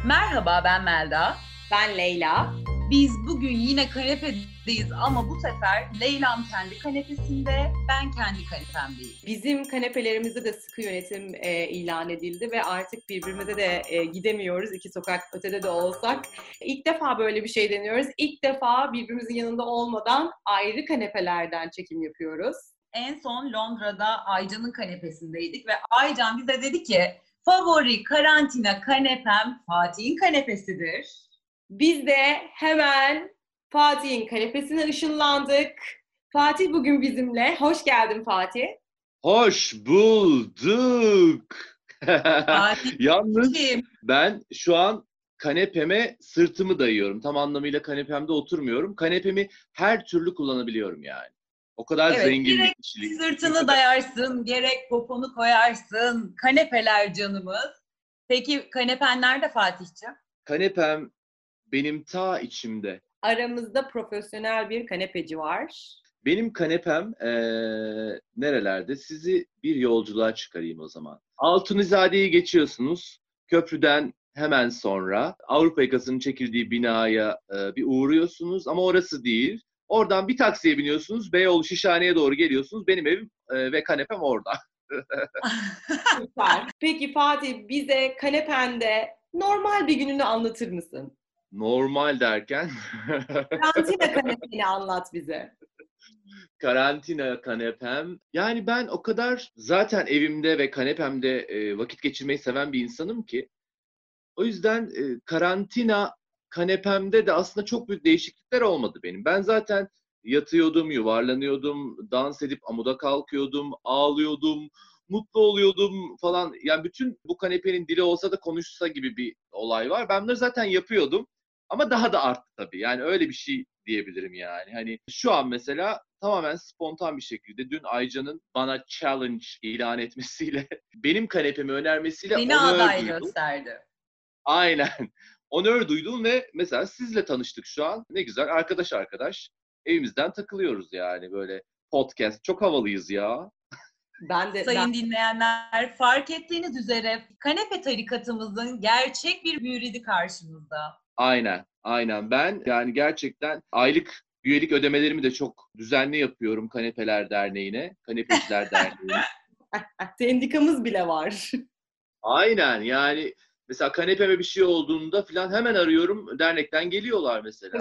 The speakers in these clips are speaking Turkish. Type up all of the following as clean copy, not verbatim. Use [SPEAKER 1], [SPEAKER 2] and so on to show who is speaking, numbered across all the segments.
[SPEAKER 1] Merhaba, ben Melda.
[SPEAKER 2] Ben Leyla.
[SPEAKER 1] Biz bugün yine kanepedeyiz ama bu sefer Leyla'm kendi kanepesinde, ben kendi kanepemdeyim.
[SPEAKER 2] Bizim kanepelerimizde de sıkı yönetim ilan edildi ve artık birbirimize de gidemiyoruz iki sokak ötede de olsak. İlk defa böyle bir şey deniyoruz. İlk defa birbirimizin yanında olmadan ayrı kanepelerden çekim yapıyoruz.
[SPEAKER 1] En son Londra'da Aycan'ın kanepesindeydik ve Aycan bize dedi ki favori karantina kanepem Fatih'in kanepesidir.
[SPEAKER 2] Biz de hemen Fatih'in kanepesine ışınlandık. Fatih bugün bizimle. Hoş geldin Fatih.
[SPEAKER 3] Hoş bulduk.
[SPEAKER 1] Fatih
[SPEAKER 3] Yalnız
[SPEAKER 1] kim?
[SPEAKER 3] ben şu an kanepeme sırtımı dayıyorum. Tam anlamıyla kanepemde oturmuyorum. Kanepemi her türlü kullanabiliyorum yani. O kadar
[SPEAKER 1] Evet,
[SPEAKER 3] zengin bir
[SPEAKER 1] gerek
[SPEAKER 3] kişilik.
[SPEAKER 1] sırtını dayarsın, gerek poponu koyarsın. Kanepeler canımız. Peki kanepen nerede Fatih'ciğim?
[SPEAKER 3] Kanepem benim ta içimde.
[SPEAKER 2] Aramızda profesyonel bir kanepeci var.
[SPEAKER 3] Benim kanepem nerelerde? Sizi bir yolculuğa çıkarayım o zaman. Altunizade'yi geçiyorsunuz. Köprüden hemen sonra Avrupa yakasının çekildiği binaya bir uğruyorsunuz ama orası değil. Oradan bir taksiye biniyorsunuz. Beyoğlu Şişhane'ye doğru geliyorsunuz. Benim evim ve kanepem orada.
[SPEAKER 2] Süper. Peki Fatih bize kanepende normal bir gününü anlatır mısın?
[SPEAKER 3] Normal derken
[SPEAKER 2] Karantina kanepeni anlat bize.
[SPEAKER 3] karantina kanepem. Yani ben o kadar zaten evimde ve kanepemde vakit geçirmeyi seven bir insanım ki. O yüzden karantina kanepemde de aslında çok büyük değişiklikler olmadı benim. Ben zaten yatıyordum, yuvarlanıyordum, dans edip amuda kalkıyordum, ağlıyordum, mutlu oluyordum falan. Yani bütün bu kanepenin dili olsa da konuşsa gibi bir olay var. Ben bunları zaten yapıyordum ama daha da arttı tabii. Yani öyle bir şey diyebilirim yani. Hani şu an mesela tamamen spontan bir şekilde dün Aycan'ın bana challenge ilan etmesiyle, benim kanepemi önermesiyle
[SPEAKER 1] Seni
[SPEAKER 3] onur
[SPEAKER 1] aday
[SPEAKER 3] duydum.
[SPEAKER 1] gösterdi.
[SPEAKER 3] Aynen. Onur duydum ve mesela sizle tanıştık şu an. Ne güzel arkadaş evimizden takılıyoruz yani böyle podcast. Çok havalıyız ya.
[SPEAKER 1] Sayın dinleyenler, fark ettiğiniz üzere kanepe tarikatımızın gerçek bir müridi karşımızda.
[SPEAKER 3] Aynen. Ben yani gerçekten aylık üyelik ödemelerimi de çok düzenli yapıyorum Kanepeler Derneği'ne, Kanepeciler Derneği'ne.
[SPEAKER 2] Sendikamız bile var.
[SPEAKER 3] Aynen yani mesela kanepeme bir şey olduğunda falan hemen arıyorum. Dernekten geliyorlar mesela.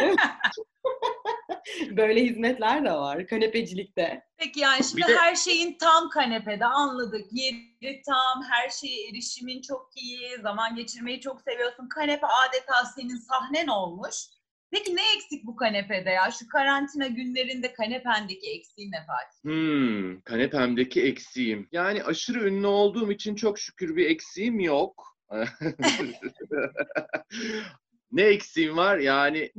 [SPEAKER 2] Böyle hizmetler de var kanepecilikte.
[SPEAKER 1] Peki yani şimdi
[SPEAKER 3] Bir de
[SPEAKER 1] her şeyin tam kanepede anladık. Yeri tam, her şeye erişimin çok iyi, zaman geçirmeyi çok seviyorsun. Kanepe adeta senin sahnen olmuş. Peki ne eksik bu kanepede ya? Şu karantina günlerinde kanependeki eksiğin ne Fatih?
[SPEAKER 3] Kanepemdeki eksiğim. Yani aşırı ünlü olduğum için çok şükür bir eksiğim yok. Ne eksiğim var? Yani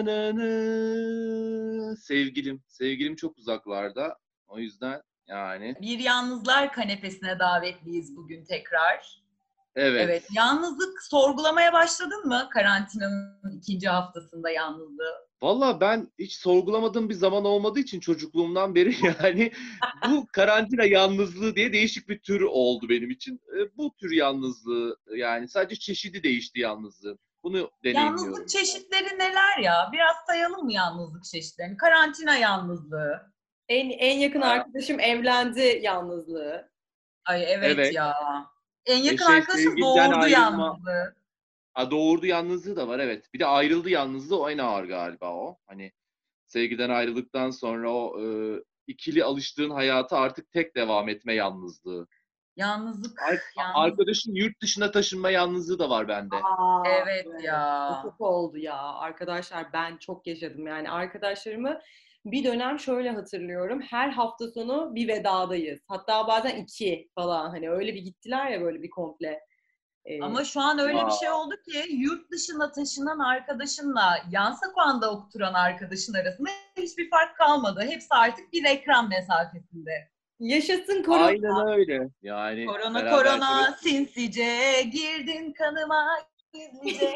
[SPEAKER 3] sevgilim. Sevgilim çok uzaklarda. O yüzden yani
[SPEAKER 1] Bir yalnızlar kanepesine davetliyiz bugün tekrar.
[SPEAKER 3] evet.
[SPEAKER 1] Evet, yalnızlık sorgulamaya başladın mı karantinanın ikinci haftasında yalnızlığı?
[SPEAKER 3] Valla ben hiç sorgulamadığım bir zaman olmadığı için çocukluğumdan beri yani bu karantina yalnızlığı diye değişik bir tür oldu benim için. Bu tür yalnızlığı yani sadece çeşidi değişti yalnızlığın. Bunu
[SPEAKER 1] Yalnızlık
[SPEAKER 3] deneyimliyorum.
[SPEAKER 1] çeşitleri neler ya? Biraz sayalım mı yalnızlık çeşitlerini? Karantina yalnızlığı.
[SPEAKER 2] En yakın
[SPEAKER 3] Aa,
[SPEAKER 2] arkadaşım evlendi yalnızlığı.
[SPEAKER 1] Ay evet
[SPEAKER 3] evet.
[SPEAKER 1] ya. En yakın arkadaşım
[SPEAKER 3] Sevgiliden
[SPEAKER 1] doğurdu
[SPEAKER 3] ayrılma.
[SPEAKER 1] yalnızlığı.
[SPEAKER 3] Doğurdu yalnızlığı da var evet. Bir de ayrıldı yalnızlığı o en ağır galiba o. Hani sevgiden ayrıldıktan sonra o ikili alıştığın hayata artık tek devam etme yalnızlığı.
[SPEAKER 1] Yalnızlık,
[SPEAKER 3] Arkadaşın yurt dışına taşınma yalnızlığı da var bende.
[SPEAKER 1] evet
[SPEAKER 2] Evet. O
[SPEAKER 1] ya.
[SPEAKER 2] çok oldu ya. Arkadaşlar ben çok yaşadım. Yani arkadaşlarımı bir dönem şöyle hatırlıyorum. Her hafta sonu bir vedadayız. Hatta bazen iki falan. Hani öyle bir gittiler ya böyle bir komple. Ee,
[SPEAKER 1] Ama şu an öyle bir şey
[SPEAKER 3] Aa,
[SPEAKER 1] oldu ki yurt dışına taşınan arkadaşınla yan sokağında oturan arkadaşın arasında hiçbir fark kalmadı. Hepsi artık bir ekran mesafesinde.
[SPEAKER 2] Yaşasın
[SPEAKER 3] aynen
[SPEAKER 2] korona.
[SPEAKER 3] öyle. Yani
[SPEAKER 1] Korona
[SPEAKER 3] beraber evet.
[SPEAKER 1] korona sinsice girdin kanıma gizlice.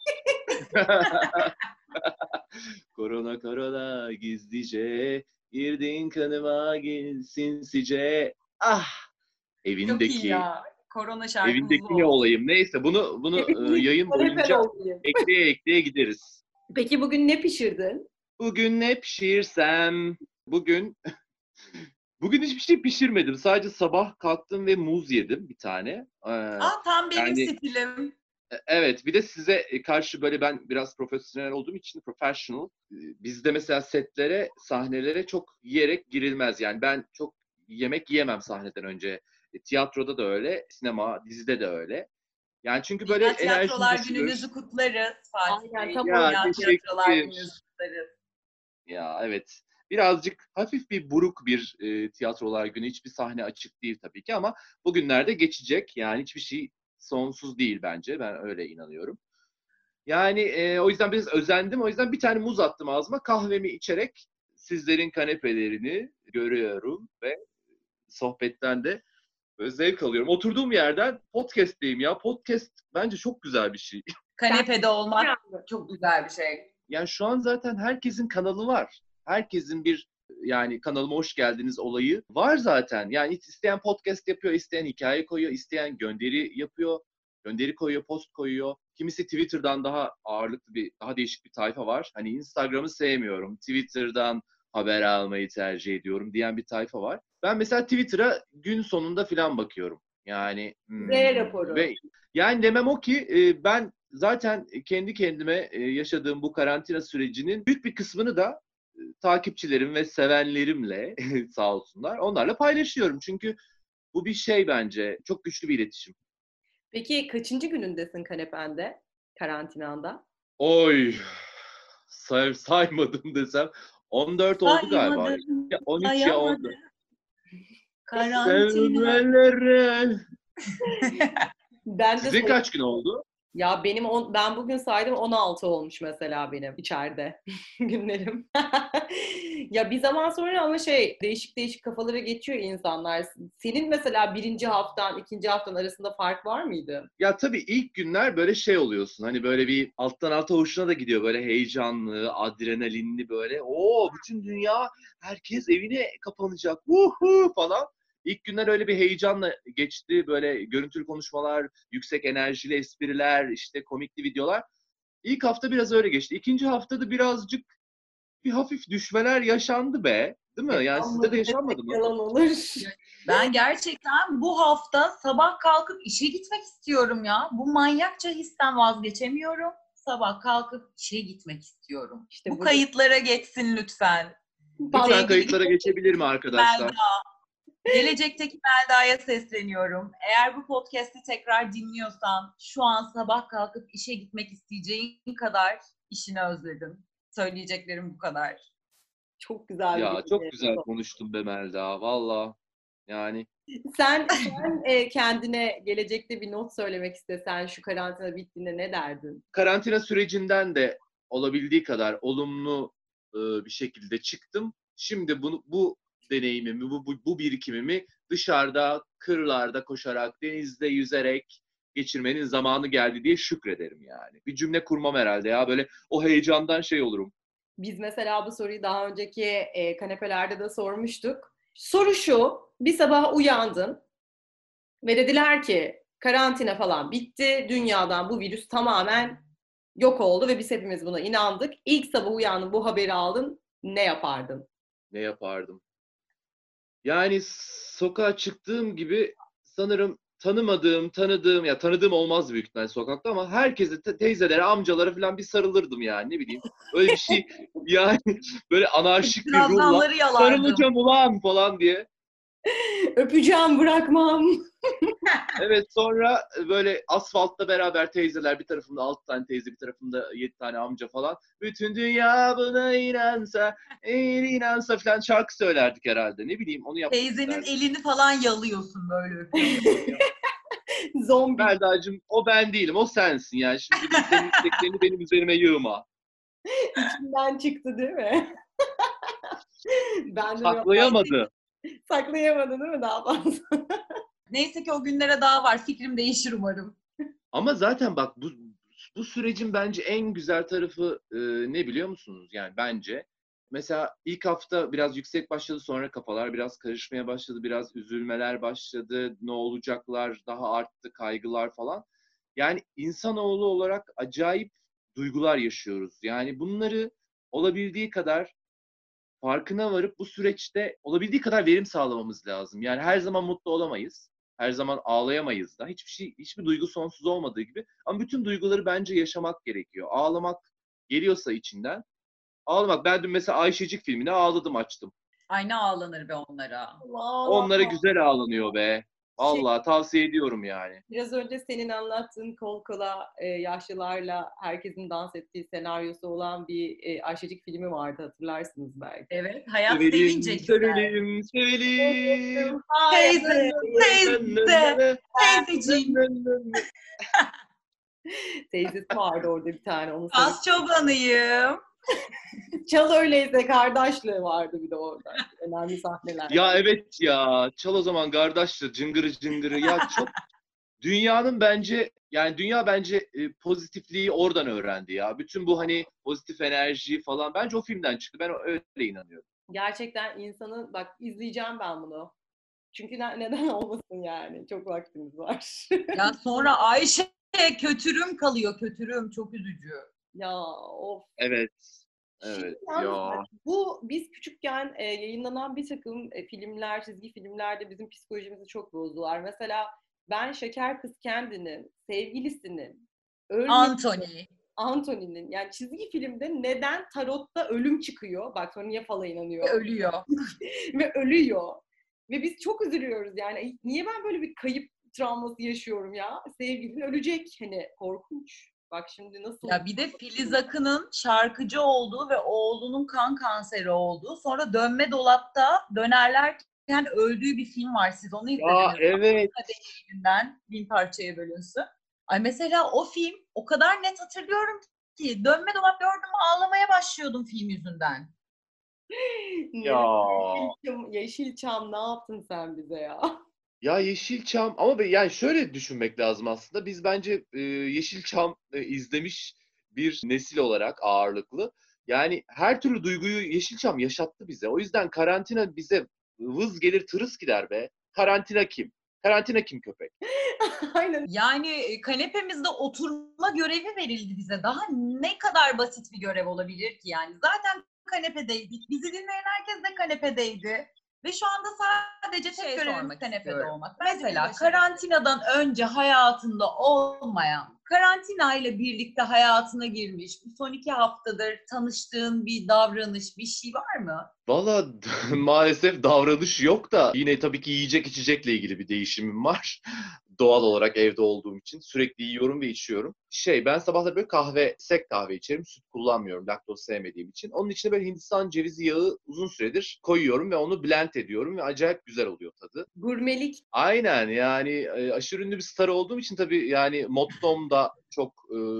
[SPEAKER 3] Korona gizlice girdin kanıma sinsice. Ah
[SPEAKER 1] Çok iyi
[SPEAKER 3] evindeki
[SPEAKER 1] ya. Korona şarkımız
[SPEAKER 3] Evindeki ne
[SPEAKER 1] oldu.
[SPEAKER 3] olayım? Neyse bunu yayın
[SPEAKER 2] Kanepen
[SPEAKER 3] boyunca
[SPEAKER 2] olayım.
[SPEAKER 3] ekleye gideriz.
[SPEAKER 2] Peki bugün ne pişirdin?
[SPEAKER 3] Bugün ne pişirsem? Bugün hiçbir şey pişirmedim. Sadece sabah kalktım ve muz yedim bir tane.
[SPEAKER 1] Tam benim
[SPEAKER 3] Yani
[SPEAKER 1] stilim.
[SPEAKER 3] evet, bir de size karşı böyle ben biraz profesyonel olduğum için professional. Bizde mesela setlere, sahnelere çok yiyerek girilmez. Yani ben çok yemek yiyemem sahneden önce. Tiyatroda da öyle, sinema, dizide de öyle. Yani çünkü böyle
[SPEAKER 1] Dünya
[SPEAKER 3] enerjin
[SPEAKER 1] Tiyatrolar
[SPEAKER 3] düşülür.
[SPEAKER 1] Günü'nüzü kutlarız Fatih
[SPEAKER 2] Aynen,
[SPEAKER 1] Bey.
[SPEAKER 2] tam
[SPEAKER 3] Ya
[SPEAKER 1] Dünya Tiyatrolar
[SPEAKER 3] teşekkür.
[SPEAKER 1] Günü'nüzü kutlarız.
[SPEAKER 3] Ya evet. Birazcık hafif bir buruk bir tiyatrolar günü. Hiçbir sahne açık değil tabii ki ama bugünlerde geçecek. Yani hiçbir şey sonsuz değil bence. Ben öyle inanıyorum. Yani o yüzden biraz özendim. O yüzden bir tane muz attım ağzıma. Kahvemi içerek sizlerin kanepelerini görüyorum ve sohbetten de böyle zevk alıyorum. Oturduğum yerden podcast'teyim ya. Podcast bence çok güzel bir şey.
[SPEAKER 1] Kanepede olmak
[SPEAKER 2] Yani
[SPEAKER 1] çok güzel bir şey.
[SPEAKER 3] Yani şu an zaten herkesin kanalı var. Herkesin bir yani kanalıma hoş geldiniz olayı var zaten. Yani isteyen podcast yapıyor, isteyen hikaye koyuyor, isteyen gönderi yapıyor. Gönderi koyuyor, post koyuyor. Kimisi Twitter'dan daha ağırlıklı daha değişik bir tayfa var. Hani Instagram'ı sevmiyorum, Twitter'dan haber almayı tercih ediyorum diyen bir tayfa var. Ben mesela Twitter'a gün sonunda falan bakıyorum. Yani
[SPEAKER 2] Z raporu.
[SPEAKER 3] ve yani demem o ki ben zaten kendi kendime yaşadığım bu karantina sürecinin büyük bir kısmını da takipçilerim ve sevenlerimle sağ olsunlar onlarla paylaşıyorum. Çünkü bu bir şey bence çok güçlü bir iletişim.
[SPEAKER 2] Peki kaçıncı günündesin kanepende, karantinanda?
[SPEAKER 3] Oy saymadım desem 14 oldu galiba.
[SPEAKER 1] Saymadım,
[SPEAKER 3] Ya 13 ya
[SPEAKER 1] sayamadım.
[SPEAKER 3] 14.
[SPEAKER 1] Karantina.
[SPEAKER 3] Sevmelere.
[SPEAKER 2] Ben de
[SPEAKER 3] Sizin kaç gün oldu?
[SPEAKER 2] Ya ben bugün saydım 16 olmuş mesela benim içeride günlerim. Ya bir zaman sonra ama değişik değişik kafalara geçiyor insanlar. Senin mesela birinci haftan, ikinci haftan arasında fark var mıydı?
[SPEAKER 3] Ya tabii ilk günler böyle şey oluyorsun. Hani böyle bir alttan alta hoşuna da gidiyor. Böyle heyecanlı, adrenalinli böyle. Oo bütün dünya, herkes evine kapanacak. Uhu falan. İlk günler öyle bir heyecanla geçti. Böyle görüntülü konuşmalar, yüksek enerjili espriler, işte komikli videolar. İlk hafta biraz öyle geçti. İkinci haftada birazcık bir hafif düşmeler yaşandı be. Değil mi? Yani sizde
[SPEAKER 2] Amma
[SPEAKER 3] de
[SPEAKER 2] desek
[SPEAKER 3] yaşanmadı mı?
[SPEAKER 2] yalan olur.
[SPEAKER 1] Ben gerçekten bu hafta sabah kalkıp işe gitmek istiyorum ya. Bu manyakça histen vazgeçemiyorum. Sabah kalkıp işe gitmek istiyorum.
[SPEAKER 2] İşte
[SPEAKER 1] Bu
[SPEAKER 2] burada
[SPEAKER 1] kayıtlara geçsin lütfen.
[SPEAKER 3] Lütfen
[SPEAKER 1] Sevgili
[SPEAKER 3] kayıtlara geçebilir mi
[SPEAKER 1] Melda,
[SPEAKER 3] arkadaşlar?
[SPEAKER 1] gelecekteki Melda'ya sesleniyorum. Eğer bu podcast'i tekrar dinliyorsan şu an sabah kalkıp işe gitmek isteyeceğin kadar işini özledim. Söyleyeceklerim bu kadar.
[SPEAKER 2] çok güzel bir
[SPEAKER 3] Ya çok
[SPEAKER 2] gece.
[SPEAKER 3] güzel konuştun be Melda. Valla. Yani
[SPEAKER 2] Sen kendine gelecekte bir not söylemek istesen şu karantina bittiğinde ne derdin?
[SPEAKER 3] karantina sürecinden de olabildiği kadar olumlu bir şekilde çıktım. Şimdi bu deneyimimi, bu birikimimi dışarıda, kırlarda koşarak, denizde yüzerek geçirmenin zamanı geldi diye şükrederim yani. Bir cümle kurmam herhalde ya. Böyle o heyecandan şey olurum.
[SPEAKER 2] Biz mesela bu soruyu daha önceki kanepelerde de sormuştuk. Soru şu, bir sabah uyandın ve dediler ki karantina falan bitti, dünyadan bu virüs tamamen yok oldu ve biz hepimiz buna inandık. İlk sabah uyandın, bu haberi aldın, ne yapardın?
[SPEAKER 3] Ne yapardım? Yani sokağa çıktığım gibi sanırım tanıdığım ya tanıdığım olmaz büyük ihtimalle sokakta ama herkese teyzelere, amcalara falan bir sarılırdım yani ne bileyim. Öyle bir şey yani böyle anarşik
[SPEAKER 1] Bütün
[SPEAKER 3] bir ruhla
[SPEAKER 1] azanları yalardım.
[SPEAKER 3] sarılacağım ulan falan diye.
[SPEAKER 2] Öpeceğim, bırakmam.
[SPEAKER 3] Evet sonra böyle asfaltta beraber teyzeler bir tarafımda 6 tane teyze bir tarafımda 7 tane amca falan. Bütün dünya buna inansa, inansa falan şarkı söylerdik herhalde. Ne bileyim onu yapmak
[SPEAKER 1] Teyzenin
[SPEAKER 3] isterdim.
[SPEAKER 1] elini falan yalıyorsun böyle öpüyor.
[SPEAKER 2] Zombi.
[SPEAKER 3] Melda'cığım o ben değilim, o sensin yani. Şimdi senin isteklerini benim üzerime yığma.
[SPEAKER 2] İçinden çıktı değil mi? Ben de
[SPEAKER 3] Saklayamadı.
[SPEAKER 2] saklayamadın değil mi daha fazla?
[SPEAKER 1] Neyse ki o günlere daha var. Fikrim değişir umarım.
[SPEAKER 3] Ama zaten bak bu sürecin bence en güzel tarafı ne biliyor musunuz? Yani bence mesela ilk hafta biraz yüksek başladı, sonra kafalar biraz karışmaya başladı, biraz üzülmeler başladı, ne olacaklar daha arttı, kaygılar falan. Yani insanoğlu olarak acayip duygular yaşıyoruz. Yani bunları olabildiği kadar farkına varıp bu süreçte olabildiği kadar verim sağlamamız lazım. Yani her zaman mutlu olamayız. Her zaman ağlayamayız da. Hiçbir duygu sonsuz olmadığı gibi. Ama bütün duyguları bence yaşamak gerekiyor. Ağlamak geliyorsa içinden. Ağlamak. Ben dün mesela Ayşecik filmine ağladım, açtım.
[SPEAKER 1] Ay ne ağlanır be onlara.
[SPEAKER 3] Onlara
[SPEAKER 2] Vallahi.
[SPEAKER 3] güzel ağlanıyor be.
[SPEAKER 2] Şey,
[SPEAKER 3] Vallahi tavsiye ediyorum yani.
[SPEAKER 2] biraz önce senin anlattığın kol kola yaşlılarla herkesin dans ettiği senaryosu olan bir Ayşecik filmi vardı, hatırlarsınız belki.
[SPEAKER 1] Evet, hayat sevince
[SPEAKER 3] Sevelim,
[SPEAKER 1] güzel.
[SPEAKER 3] sevelim, sevelim.
[SPEAKER 2] Hayır.
[SPEAKER 1] Teyze, teyze, teyzeciğim.
[SPEAKER 2] Teyzesi vardı orada bir tane, onu seviyorum.
[SPEAKER 1] Az çobanıyım.
[SPEAKER 2] Çal öyleyse kardeşliği vardı bir de orada. Önemli sahneler.
[SPEAKER 3] Ya evet ya. Çal o zaman kardeşler, cıngırı cıngırı. Ya çok dünyanın bence, yani dünya bence pozitifliği oradan öğrendi ya. Bütün bu hani pozitif enerji falan bence o filmden çıktı. Ben öyle inanıyorum.
[SPEAKER 2] Gerçekten insanı, bak izleyeceğim ben bunu. Çünkü neden olmasın yani. Çok vaktimiz var.
[SPEAKER 1] Ya sonra Ayşe kötürüm kalıyor, kötürüm. Çok üzücü.
[SPEAKER 2] Ya of.
[SPEAKER 3] Evet.
[SPEAKER 2] Şimdi
[SPEAKER 3] Evet
[SPEAKER 2] yalnız
[SPEAKER 3] ya.
[SPEAKER 2] bak, bu biz küçükken yayınlanan bir takım filmler, çizgi filmlerde bizim psikolojimizi çok bozdular. Mesela ben Şeker Kız Candy'nin sevgilisinin
[SPEAKER 1] Anthony.
[SPEAKER 2] Anthony'nin, yani çizgi filmde neden tarotta ölüm çıkıyor? Bak sonra niye fala inanıyor
[SPEAKER 1] Ölüyor.
[SPEAKER 2] ve ölüyor. Ve biz çok üzülüyoruz yani. Ay, niye ben böyle bir kayıp travması yaşıyorum ya? Sevgilin ölecek, hani korkunç. Bak şimdi nasıl...
[SPEAKER 1] Ya bir de Filiz Akın'ın şarkıcı olduğu ve oğlunun kan kanseri olduğu, sonra Dönme Dolap'ta dönerlerken öldüğü bir film var. Siz onu
[SPEAKER 3] Ya
[SPEAKER 1] izlediniz mi?
[SPEAKER 3] evet.
[SPEAKER 1] Kadehinden bin parçaya bölünsün. Ay mesela o film o kadar net hatırlıyorum ki Dönme Dolap gördüm ağlamaya başlıyordum film yüzünden.
[SPEAKER 3] Ya.
[SPEAKER 2] Yeşilçam ne yaptın sen bize ya?
[SPEAKER 3] Ya Yeşilçam, ama yani şöyle düşünmek lazım aslında. Biz bence Yeşilçam izlemiş bir nesil olarak ağırlıklı. Yani her türlü duyguyu Yeşilçam yaşattı bize. O yüzden karantina bize vız gelir tırıs gider be. Karantina kim? Karantina kim köpek?
[SPEAKER 2] Aynen.
[SPEAKER 1] Yani kanepemizde oturma görevi verildi bize. Daha ne kadar basit bir görev olabilir ki yani? Zaten kanepedeydik. Bizi dinleyen herkes de kanepedeydi. Ve şu anda sadece tek görevimiz kanepede olmak. Mesela karantinadan önce hayatında olmayan, karantina ile birlikte hayatına girmiş, bu son 2 haftadır tanıştığın bir davranış, bir şey var mı?
[SPEAKER 3] Valla maalesef davranış yok da yine tabii ki yiyecek içecekle ilgili bir değişimim var. Doğal olarak evde olduğum için sürekli yiyorum ve içiyorum. Ben sabahları böyle sek kahve içerim. Süt kullanmıyorum laktoz sevmediğim için. Onun içine böyle Hindistan cevizi yağı uzun süredir koyuyorum ve onu blend ediyorum ve acayip güzel oluyor tadı.
[SPEAKER 2] Gurmelik.
[SPEAKER 3] Aynen, yani aşırı ünlü bir star olduğum için tabii yani mottom da çok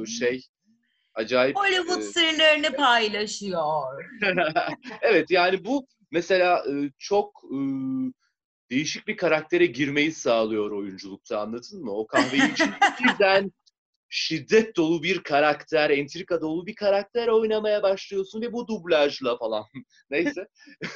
[SPEAKER 3] acayip.
[SPEAKER 1] Hollywood sırlarını paylaşıyor.
[SPEAKER 3] Evet, yani bu mesela çok değişik bir karaktere girmeyi sağlıyor oyunculukta, anladın mı? O kahveyi içip birden şiddet dolu bir karakter, entrika dolu bir karakter oynamaya başlıyorsun ve bu dublajla falan. Neyse.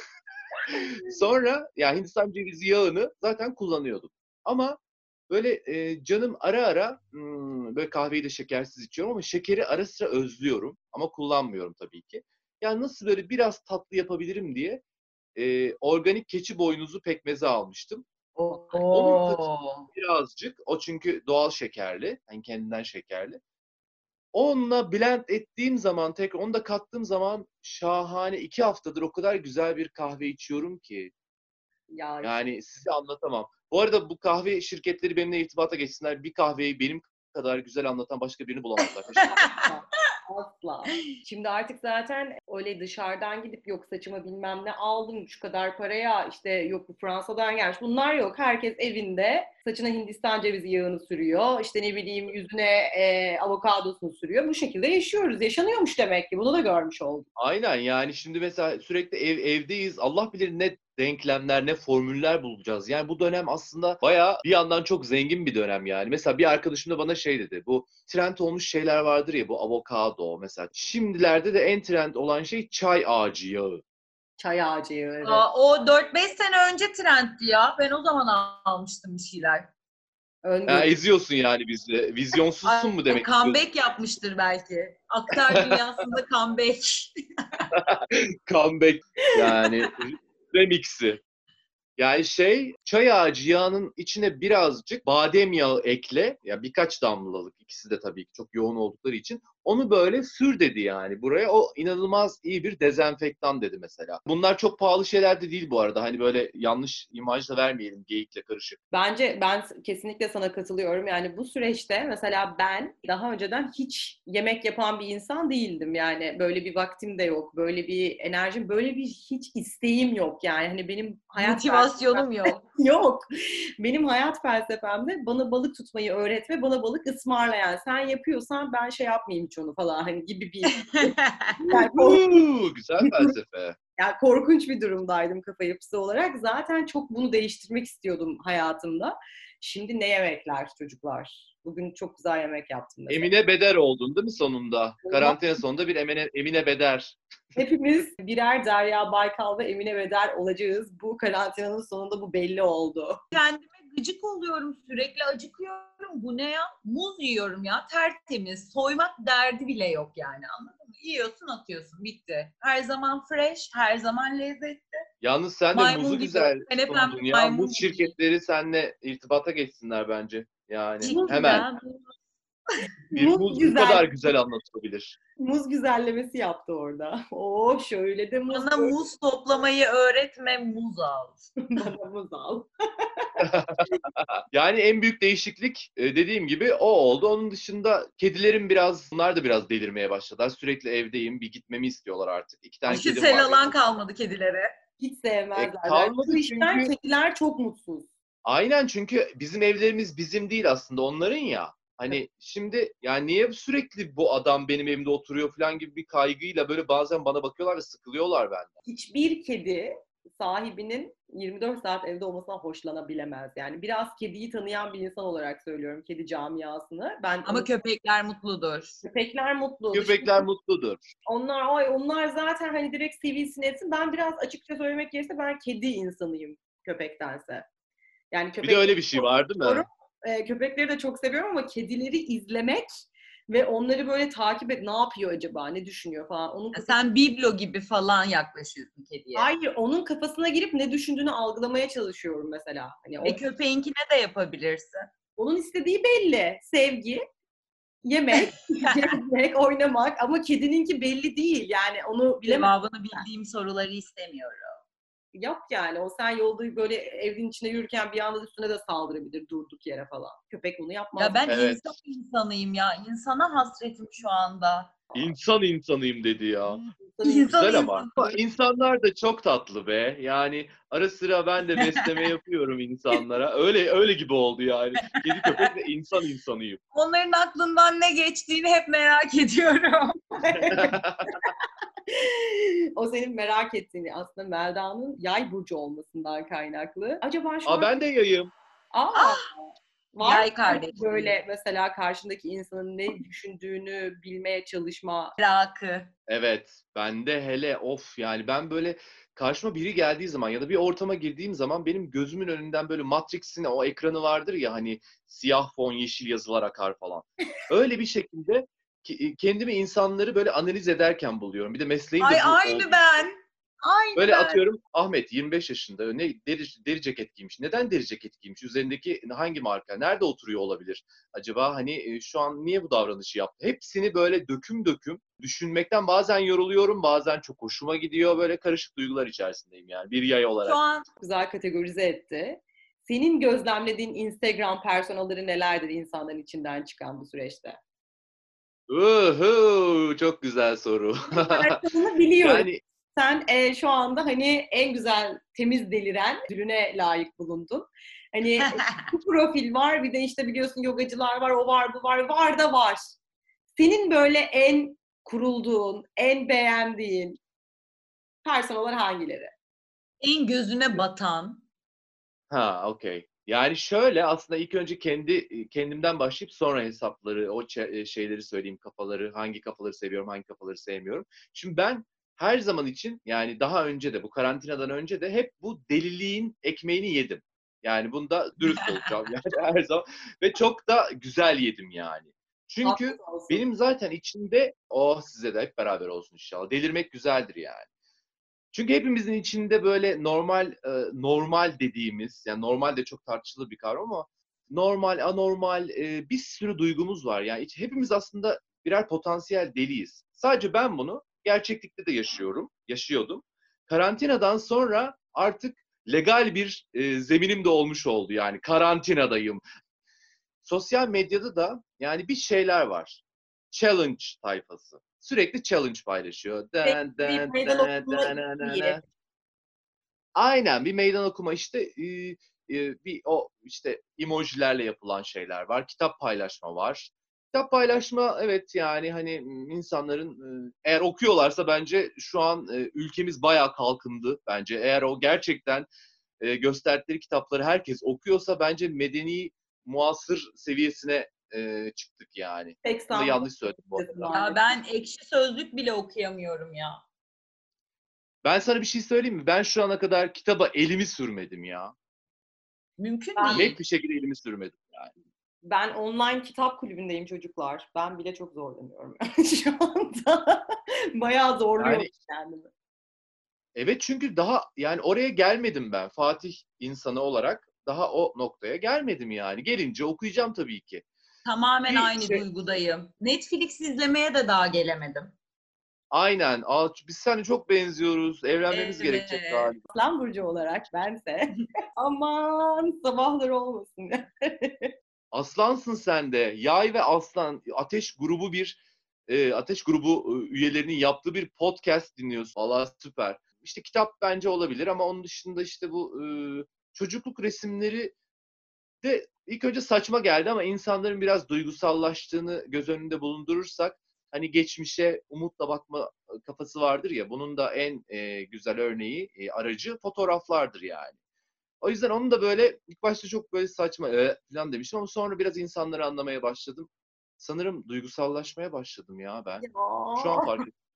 [SPEAKER 3] Sonra ya Hindistan cevizi yağını zaten kullanıyordum. Ama böyle canım ara ara böyle kahveyi de şekersiz içiyorum ama şekeri ara sıra özlüyorum. Ama kullanmıyorum tabii ki. Yani nasıl böyle biraz tatlı yapabilirim diye organik keçi boynuzu pekmezi almıştım. Onun tadı
[SPEAKER 1] Oo.
[SPEAKER 3] birazcık, o çünkü doğal şekerli, yani kendinden şekerli. Onunla blend ettiğim zaman, tekrar onu da kattığım zaman şahane, 2 haftadır o kadar güzel bir kahve içiyorum ki.
[SPEAKER 2] Ya
[SPEAKER 3] Yani size anlatamam. Bu arada bu kahve şirketleri benimle irtibata geçsinler. Bir kahveyi benim kadar güzel anlatan başka birini bulamazlar.
[SPEAKER 2] asla. Şimdi artık zaten öyle dışarıdan gidip yok saçıma bilmem ne aldım şu kadar paraya, işte yok bu Fransa'dan gelmiş. Bunlar yok. Herkes evinde saçına Hindistan cevizi yağını sürüyor. İşte ne bileyim yüzüne avokadosunu sürüyor. Bu şekilde yaşıyoruz. Yaşanıyormuş demek ki. Bunu da görmüş olduk.
[SPEAKER 3] Aynen, yani şimdi mesela sürekli evdeyiz. Allah bilir ne denklemler, ne formüller bulacağız. Yani bu dönem aslında bayağı bir yandan çok zengin bir dönem yani. Mesela bir arkadaşım da bana şey dedi. Bu trend olmuş şeyler vardır ya, bu avokado mesela. Şimdilerde de en trend olan şey çay ağacı yağı.
[SPEAKER 2] Çay ağacı yağı, evet.
[SPEAKER 1] O 4-5 sene önce trendti ya. Ben o zaman almıştım bir şeyler.
[SPEAKER 3] Ha, eziyorsun yani bizi. Vizyonsuzsun mu demek istiyorsun?
[SPEAKER 1] Comeback yapmıştır belki. Aktar dünyasında comeback.
[SPEAKER 3] Comeback yani remix'i. Yani çay ağacı yağının içine birazcık badem yağı ekle. Ya birkaç damlalık, ikisi de tabii ki çok yoğun oldukları için. Onu böyle sür dedi yani buraya. O inanılmaz iyi bir dezenfektan dedi mesela. Bunlar çok pahalı şeyler de değil bu arada. Hani böyle yanlış imaj da vermeyelim geyikle karışık.
[SPEAKER 2] Bence ben kesinlikle sana katılıyorum. Yani bu süreçte mesela ben daha önceden hiç yemek yapan bir insan değildim. Yani böyle bir vaktim de yok. Böyle bir enerjim, böyle bir hiç isteğim yok. Yani hani benim hayat
[SPEAKER 1] Motivasyonum yok.
[SPEAKER 2] yok. Benim hayat felsefemde bana balık tutmayı öğret ve bana balık ısmarla yani. Sen yapıyorsan ben şey yapmayayım hiç onu falan hani gibi bir yani
[SPEAKER 3] Güzel felsefe.
[SPEAKER 2] yani korkunç bir durumdaydım kafa yapısı olarak. Zaten çok bunu değiştirmek istiyordum hayatımda. Şimdi ne yemekler çocuklar? Bugün çok güzel yemek yaptım mesela.
[SPEAKER 3] Emine Beder oldun değil mi sonunda? Karantina sonunda bir Emine Beder.
[SPEAKER 2] Hepimiz birer Derya Baykal ve Emine Beder olacağız. Bu karantinanın sonunda bu belli oldu.
[SPEAKER 1] Kendime gıcık oluyorum. Sürekli acıkıyorum. Bu ne ya? Muz yiyorum ya. Tertemiz. Soymak derdi bile yok yani. Anladın mı? Yiyorsun atıyorsun. Bitti. Her zaman fresh. Her zaman lezzetli.
[SPEAKER 3] Yalnız sen de
[SPEAKER 1] Maymun
[SPEAKER 3] muzu
[SPEAKER 1] gibi.
[SPEAKER 3] güzel
[SPEAKER 1] Kanepem
[SPEAKER 3] sundun ya.
[SPEAKER 1] maymun
[SPEAKER 3] Muz
[SPEAKER 1] gibi.
[SPEAKER 3] şirketleri seninle irtibata geçsinler bence. Yani hemen.
[SPEAKER 1] Ya,
[SPEAKER 3] Bir
[SPEAKER 2] Muz
[SPEAKER 3] muz bu
[SPEAKER 2] güzel.
[SPEAKER 3] kadar güzel anlatılabilir.
[SPEAKER 2] Muz güzellemesi yaptı orada. Oo şöyle de muz.
[SPEAKER 1] Bana muz toplamayı öğretme, muz al.
[SPEAKER 2] Bana muz al.
[SPEAKER 3] Yani en büyük değişiklik dediğim gibi o oldu. Onun dışında kedilerim bunlar da biraz delirmeye başladılar. Sürekli evdeyim, bir gitmemi istiyorlar artık. 2 tane kedim
[SPEAKER 1] Aşısel
[SPEAKER 3] var
[SPEAKER 1] alan
[SPEAKER 3] benim.
[SPEAKER 1] kalmadı kedilere.
[SPEAKER 2] Hiç sevmezler.
[SPEAKER 3] Kalmadı
[SPEAKER 2] Bu işten
[SPEAKER 3] çünkü
[SPEAKER 2] kediler çok mutsuz.
[SPEAKER 3] aynen çünkü bizim evlerimiz bizim değil aslında onların ya. Hani şimdi yani niye sürekli bu adam benim evimde oturuyor falan gibi bir kaygıyla böyle bazen bana bakıyorlar ve sıkılıyorlar benden.
[SPEAKER 2] Hiçbir kedi sahibinin 24 saat evde olmasına hoşlanabilemez. Yani biraz kediyi tanıyan bir insan olarak söylüyorum kedi camiasını.
[SPEAKER 1] Ama köpekler mutludur.
[SPEAKER 2] Köpekler mutlu.
[SPEAKER 3] Köpekler mutludur.
[SPEAKER 2] Onlar zaten hani direkt sivrisinesin. Ben biraz açıkça söylemek gerekirse ben kedi insanıyım köpektense. Yani
[SPEAKER 3] Bir de öyle bir şey var değil mi?
[SPEAKER 2] köpekleri de çok seviyorum ama kedileri izlemek ve onları böyle takip et. Ne yapıyor acaba? Ne düşünüyor falan.
[SPEAKER 1] Sen biblo gibi falan yaklaşıyorsun kediye.
[SPEAKER 2] Hayır, onun kafasına girip ne düşündüğünü algılamaya çalışıyorum mesela. Hani
[SPEAKER 1] Köpeğinkine de yapabilirsin.
[SPEAKER 2] onun istediği belli. Sevgi, yemek, gezmek, oynamak ama kedininki belli değil. Yani onu bilemem.
[SPEAKER 1] Cevabını bildiğim soruları istemiyorum.
[SPEAKER 2] Yok yani. O sen yolda böyle evin içinde yürürken bir anda üstüne de saldırabilir durduk yere falan. Köpek bunu yapmaz.
[SPEAKER 1] Ya ben
[SPEAKER 3] Evet.
[SPEAKER 1] insan insanıyım ya. İnsana hasretim şu anda.
[SPEAKER 3] İnsan insanıyım dedi ya.
[SPEAKER 1] İnsan
[SPEAKER 3] Güzel ama.
[SPEAKER 1] insanıyım.
[SPEAKER 3] İnsanlar da çok tatlı be. Yani ara sıra ben de besleme yapıyorum insanlara. Öyle gibi oldu yani. Kedi köpek ve insan insanıyım.
[SPEAKER 1] Onların aklından ne geçtiğini hep merak ediyorum.
[SPEAKER 2] O senin merak ettiğini aslında Melda'nın yay burcu olmasından kaynaklı. Acaba şu an...
[SPEAKER 3] Ben de yayım.
[SPEAKER 2] Var
[SPEAKER 1] Yay
[SPEAKER 2] mı
[SPEAKER 1] kardeşim.
[SPEAKER 2] böyle mesela karşındaki insanın ne düşündüğünü bilmeye çalışma?
[SPEAKER 1] Merakı.
[SPEAKER 3] Evet. Ben de hele yani ben böyle karşıma biri geldiği zaman ya da bir ortama girdiğim zaman benim gözümün önünden böyle Matrix'in o ekranı vardır ya hani siyah fon yeşil yazılar akar falan. Öyle bir şekilde kendimi insanları böyle analiz ederken buluyorum. Bir de mesleğim de
[SPEAKER 1] Ay
[SPEAKER 3] bu
[SPEAKER 1] aynı
[SPEAKER 3] olduğu
[SPEAKER 1] ben. Aynı
[SPEAKER 3] böyle
[SPEAKER 1] ben.
[SPEAKER 3] atıyorum Ahmet 25 yaşında deri ceket giymiş. Neden deri ceket giymiş? Üzerindeki hangi marka? Nerede oturuyor olabilir? Acaba hani şu an niye bu davranışı yaptı? Hepsini böyle döküm döküm düşünmekten bazen yoruluyorum, bazen çok hoşuma gidiyor. Böyle karışık duygular içerisindeyim yani bir yay
[SPEAKER 1] Şu
[SPEAKER 3] olarak.
[SPEAKER 1] an
[SPEAKER 2] Güzel kategorize etti. Senin gözlemlediğin Instagram personaları nelerdir insanların içinden çıkan bu süreçte?
[SPEAKER 3] Çok güzel soru.
[SPEAKER 2] Personanı biliyorum.
[SPEAKER 3] Yani
[SPEAKER 2] Sen şu anda hani en güzel temiz deliren ürüne layık bulundun. Hani bu profil var, bir de işte biliyorsun yogacılar var, o var, bu var, var da var. Senin böyle en kurulduğun, en beğendiğin personalar hangileri?
[SPEAKER 1] en gözüne batan.
[SPEAKER 3] okey. Yani şöyle aslında ilk önce kendimden başlayıp sonra hesapları, şeyleri söyleyeyim kafaları, hangi kafaları seviyorum, hangi kafaları sevmiyorum. Şimdi ben her zaman için yani daha önce de bu karantinadan önce de hep bu deliliğin ekmeğini yedim. Yani bunda dürüst olacağım yani her zaman ve çok da güzel yedim yani. Çünkü
[SPEAKER 2] Afiyet olsun.
[SPEAKER 3] benim zaten içimde size de hep beraber olsun inşallah. Delirmek güzeldir yani. Çünkü hepimizin içinde böyle normal dediğimiz, yani normal de çok tartışılı bir kavram ama normal, anormal bir sürü duygumuz var. Yani hepimiz aslında birer potansiyel deliyiz. Sadece ben bunu gerçeklikte de yaşıyordum. Karantinadan sonra artık legal bir zeminim de olmuş oldu yani karantinadayım. Sosyal medyada da yani bir şeyler var. Challenge tayfası. Sürekli challenge paylaşıyor.
[SPEAKER 2] Sürekli
[SPEAKER 3] Den,
[SPEAKER 2] bir
[SPEAKER 3] den,
[SPEAKER 2] meydan
[SPEAKER 3] den,
[SPEAKER 2] okuma
[SPEAKER 3] den, den, den,
[SPEAKER 2] isteği.
[SPEAKER 3] den. Aynen bir meydan okuma işte bir o işte emojilerle yapılan şeyler var. Kitap paylaşma var. Kitap paylaşma evet yani hani insanların eğer okuyorlarsa bence şu an ülkemiz bayağı kalkındı bence. Eğer o gerçekten gösterdikleri kitapları herkes okuyorsa bence medeni muasır seviyesine çıktık yani.
[SPEAKER 2] Pek
[SPEAKER 3] Bunu da
[SPEAKER 2] sanmıyorum
[SPEAKER 3] yanlış söyledim bu arada.
[SPEAKER 1] Ya
[SPEAKER 2] maalesef.
[SPEAKER 1] ben Ekşi Sözlük bile okuyamıyorum ya.
[SPEAKER 3] Ben sana bir şey söyleyeyim mi? Ben şu ana kadar kitaba elimi sürmedim ya.
[SPEAKER 1] Mümkün
[SPEAKER 2] Ben
[SPEAKER 1] değil.
[SPEAKER 3] Net bir şekilde elimi sürmedim yani.
[SPEAKER 2] ben online kitap kulübündeyim çocuklar. Ben bile çok zorlanıyorum şu anda. Bayağı zorluyorum
[SPEAKER 3] Yani
[SPEAKER 2] kendimi.
[SPEAKER 3] evet çünkü daha yani oraya gelmedim ben Fatih insanı olarak. Daha o noktaya gelmedim yani. Gelince okuyacağım tabii ki.
[SPEAKER 1] Tamamen
[SPEAKER 3] Bir
[SPEAKER 1] aynı
[SPEAKER 3] şey
[SPEAKER 1] duygudayım. Netflix izlemeye de daha gelemedim.
[SPEAKER 3] aynen. Biz seninle çok benziyoruz. Evlenmemiz gerekecek
[SPEAKER 1] Evet.
[SPEAKER 3] galiba.
[SPEAKER 2] Aslan burcu olarak bense aman sabahları olmasın.
[SPEAKER 3] Aslansın sen de. Yay ve Aslan Ateş grubu üyelerinin yaptığı bir podcast dinliyorsun. Valla süper. İşte kitap bence olabilir ama onun dışında işte bu çocukluk resimleri de ilk önce saçma geldi ama insanların biraz duygusallaştığını göz önünde bulundurursak hani geçmişe umutla bakma kafası vardır ya bunun da en güzel örneği aracı fotoğraflardır yani. O yüzden onu da böyle ilk başta çok böyle saçma falan demiştim ama sonra biraz insanları anlamaya başladım. Sanırım duygusallaşmaya başladım ya ben. Şu an
[SPEAKER 2] Ya.
[SPEAKER 3] fark ettim.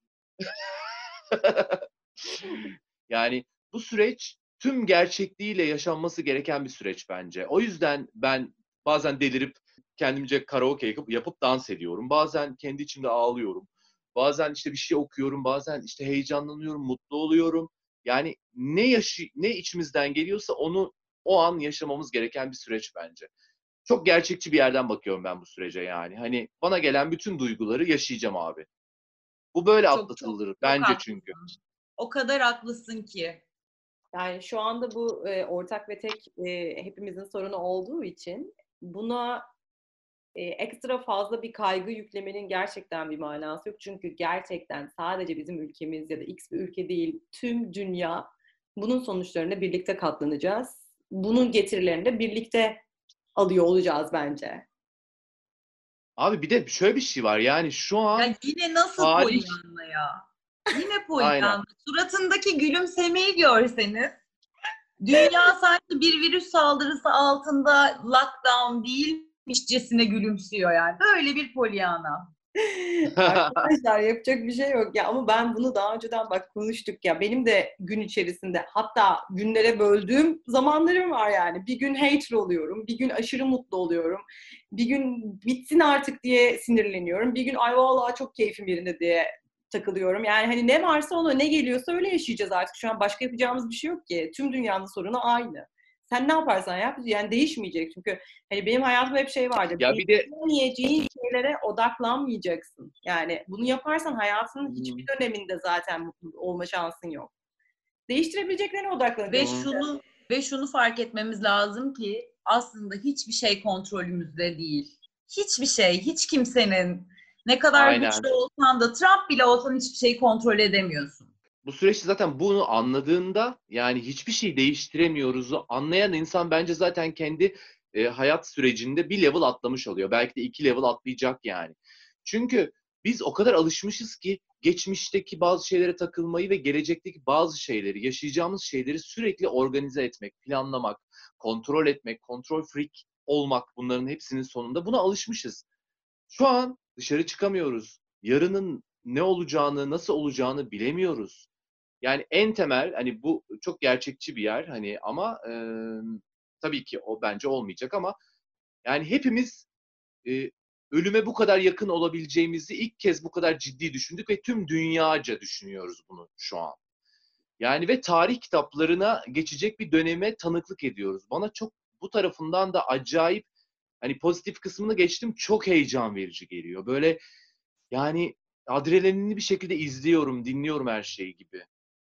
[SPEAKER 3] Yani bu süreç tüm gerçekliğiyle yaşanması gereken bir süreç bence. O yüzden ben bazen delirip kendimce karaoke yapıp dans ediyorum. Bazen kendi içimde ağlıyorum. Bazen işte bir şey okuyorum. Bazen işte heyecanlanıyorum, mutlu oluyorum. Yani ne içimizden geliyorsa onu o an yaşamamız gereken bir süreç bence. Çok gerçekçi bir yerden bakıyorum ben bu sürece yani. Hani bana gelen bütün duyguları yaşayacağım abi. Bu böyle
[SPEAKER 1] Çok çok
[SPEAKER 3] atlatılır
[SPEAKER 1] çok
[SPEAKER 3] bence çünkü.
[SPEAKER 1] haklısın. O kadar haklısın ki.
[SPEAKER 2] Yani şu anda bu ortak ve tek hepimizin sorunu olduğu için buna ekstra fazla bir kaygı yüklemenin gerçekten bir manası yok. Çünkü gerçekten sadece bizim ülkemiz ya da X bir ülke değil, tüm dünya bunun sonuçlarına birlikte katlanacağız. Bunun getirilerini de birlikte alıyor olacağız bence.
[SPEAKER 3] Abi bir de şöyle bir şey var. Yani şu an
[SPEAKER 1] Ya yine nasıl
[SPEAKER 3] tarih
[SPEAKER 1] Pollyanna ya? Yine
[SPEAKER 3] aynen.
[SPEAKER 1] Pollyanna. Suratındaki gülümsemeyi görseniz. Dünya sanki bir virüs saldırısı altında lockdown değilmişçesine gülümsüyor yani. Böyle bir Pollyanna.
[SPEAKER 2] Arkadaşlar yapacak bir şey yok ya ama ben bunu daha önceden bak konuştuk ya benim de gün içerisinde hatta günlere böldüğüm zamanlarım var yani bir gün hater oluyorum bir gün aşırı mutlu oluyorum bir gün bitsin artık diye sinirleniyorum bir gün ay vallahi çok keyfim yerinde diye takılıyorum yani hani ne varsa onu ne geliyorsa öyle yaşayacağız artık şu an başka yapacağımız bir şey yok ki tüm dünyanın sorunu aynı sen ne yaparsan yap yani değişmeyecek çünkü hani benim hayatımda hep şey vardı
[SPEAKER 3] Ya bir de
[SPEAKER 2] değiştiremeyeceğin şeylere odaklanmayacaksın. Yani bunu yaparsan hayatının hiçbir döneminde zaten mutlu olma şansın yok. Değiştirebileceklerine
[SPEAKER 1] Ve
[SPEAKER 2] odaklanacaksın.
[SPEAKER 1] şunu fark etmemiz lazım ki aslında hiçbir şey kontrolümüzde değil. Hiçbir şey, hiç kimsenin ne kadar
[SPEAKER 3] aynen.
[SPEAKER 1] güçlü olsan da Trump bile olsan hiçbir şeyi kontrol edemiyorsun.
[SPEAKER 3] Bu süreçte zaten bunu anladığında yani hiçbir şey değiştiremiyoruzu anlayan insan bence zaten kendi hayat sürecinde bir level atlamış oluyor. Belki de 2 level atlayacak yani. Çünkü biz o kadar alışmışız ki geçmişteki bazı şeylere takılmayı ve gelecekteki bazı şeyleri, yaşayacağımız şeyleri sürekli organize etmek, planlamak, kontrol etmek, kontrol freak olmak bunların hepsinin sonunda buna alışmışız. Şu an dışarı çıkamıyoruz. Yarının ne olacağını, nasıl olacağını bilemiyoruz. Yani en temel, hani bu çok gerçekçi bir yer hani ama tabii ki o bence olmayacak ama yani hepimiz e, ölüme bu kadar yakın olabileceğimizi ilk kez bu kadar ciddi düşündük ve tüm dünyaca düşünüyoruz bunu şu an. Yani ve tarih kitaplarına geçecek bir döneme tanıklık ediyoruz. Bana çok bu tarafından da acayip, hani pozitif kısmını geçtim, çok heyecan verici geliyor. Böyle yani adrenalinli bir şekilde izliyorum, dinliyorum her şeyi gibi.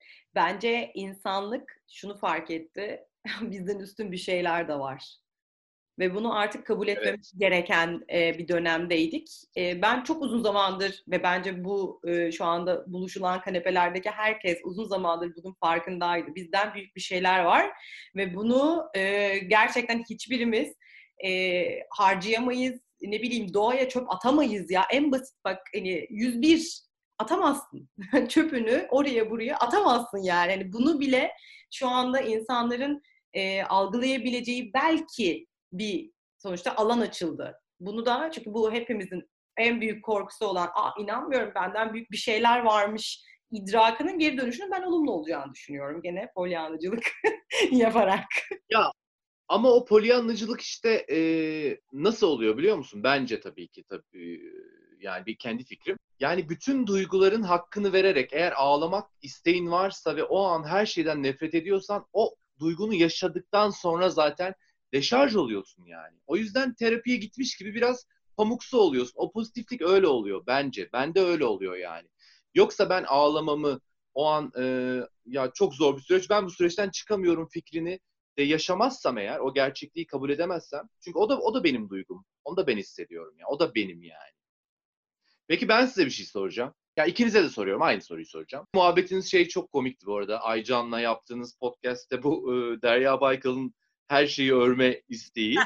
[SPEAKER 2] Bence insanlık şunu fark etti. Bizden üstün bir şeyler de var. Ve bunu artık kabul etmemiz
[SPEAKER 3] Evet.
[SPEAKER 2] gereken bir dönemdeydik. Ben çok uzun zamandır ve bence bu şu anda buluşulan kanepelerdeki herkes uzun zamandır bunun farkındaydı. Bizden büyük bir şeyler var ve bunu gerçekten hiçbirimiz harcayamayız. Ne bileyim, doğaya çöp atamayız ya. En basit bak, hani 101 atamazsın. Çöpünü oraya buraya atamazsın yani. Hani bunu bile şu anda insanların algılayabileceği belki bir sonuçta alan açıldı. Bunu da, çünkü bu hepimizin en büyük korkusu olan, inanmıyorum benden büyük bir şeyler varmış idrakının geri dönüşünün ben olumlu olacağını düşünüyorum. Gene polyanacılık yaparak.
[SPEAKER 3] Ya ama o polyanlıcılık işte nasıl oluyor biliyor musun? Bence tabii ki yani bir kendi fikrim. Yani bütün duyguların hakkını vererek, eğer ağlamak isteğin varsa ve o an her şeyden nefret ediyorsan, o duygunu yaşadıktan sonra zaten deşarj oluyorsun yani. O yüzden terapiye gitmiş gibi biraz pamuksu oluyorsun. O pozitiflik öyle oluyor bence. Bende öyle oluyor yani. Yoksa ben ağlamamı o an ya çok zor bir süreç, ben bu süreçten çıkamıyorum fikrini de yaşamazsam, eğer o gerçekliği kabul edemezsem, çünkü o da benim duygum. Onu da ben hissediyorum ya. O da benim yani. Peki ben size bir şey soracağım. Ya ikinize de soruyorum. Aynı soruyu soracağım. Muhabbetiniz şey çok komikti bu arada. Aycan'la yaptığınız podcast'te bu Derya Baykal'ın her şeyi örme isteği.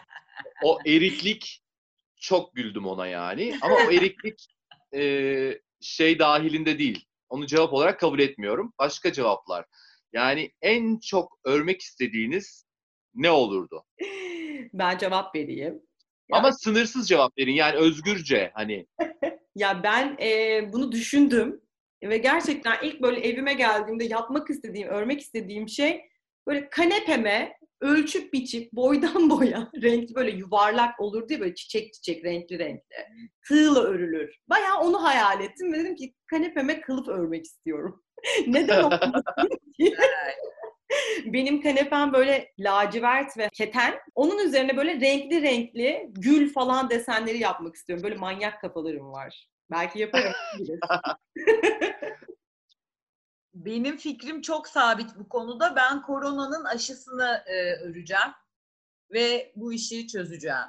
[SPEAKER 3] O eriklik, çok güldüm ona yani. Ama o eriklik şey dahilinde değil. Onu cevap olarak kabul etmiyorum. Başka cevaplar. Yani en çok örmek istediğiniz ne olurdu?
[SPEAKER 2] Ben cevap vereyim. Ya,
[SPEAKER 3] Ama sınırsız cevap verin. Yani özgürce hani.
[SPEAKER 2] ya ben bunu düşündüm ve gerçekten ilk böyle evime geldiğimde yapmak istediğim, örmek istediğim şey, böyle kanepeme ölçüp biçip boydan boya renkli, böyle yuvarlak olur diye, böyle çiçek çiçek, renkli renkli tığla örülür. Bayağı onu hayal ettim ve dedim ki kanepeme kılıf örmek istiyorum. Neden olmasın ki? Benim kanepem böyle lacivert ve keten. Onun üzerine böyle renkli renkli gül falan desenleri yapmak istiyorum. Böyle manyak kafalarım var. Belki yaparım.
[SPEAKER 1] Benim fikrim çok sabit bu konuda. Ben koronanın aşısını öreceğim ve bu işi çözeceğim.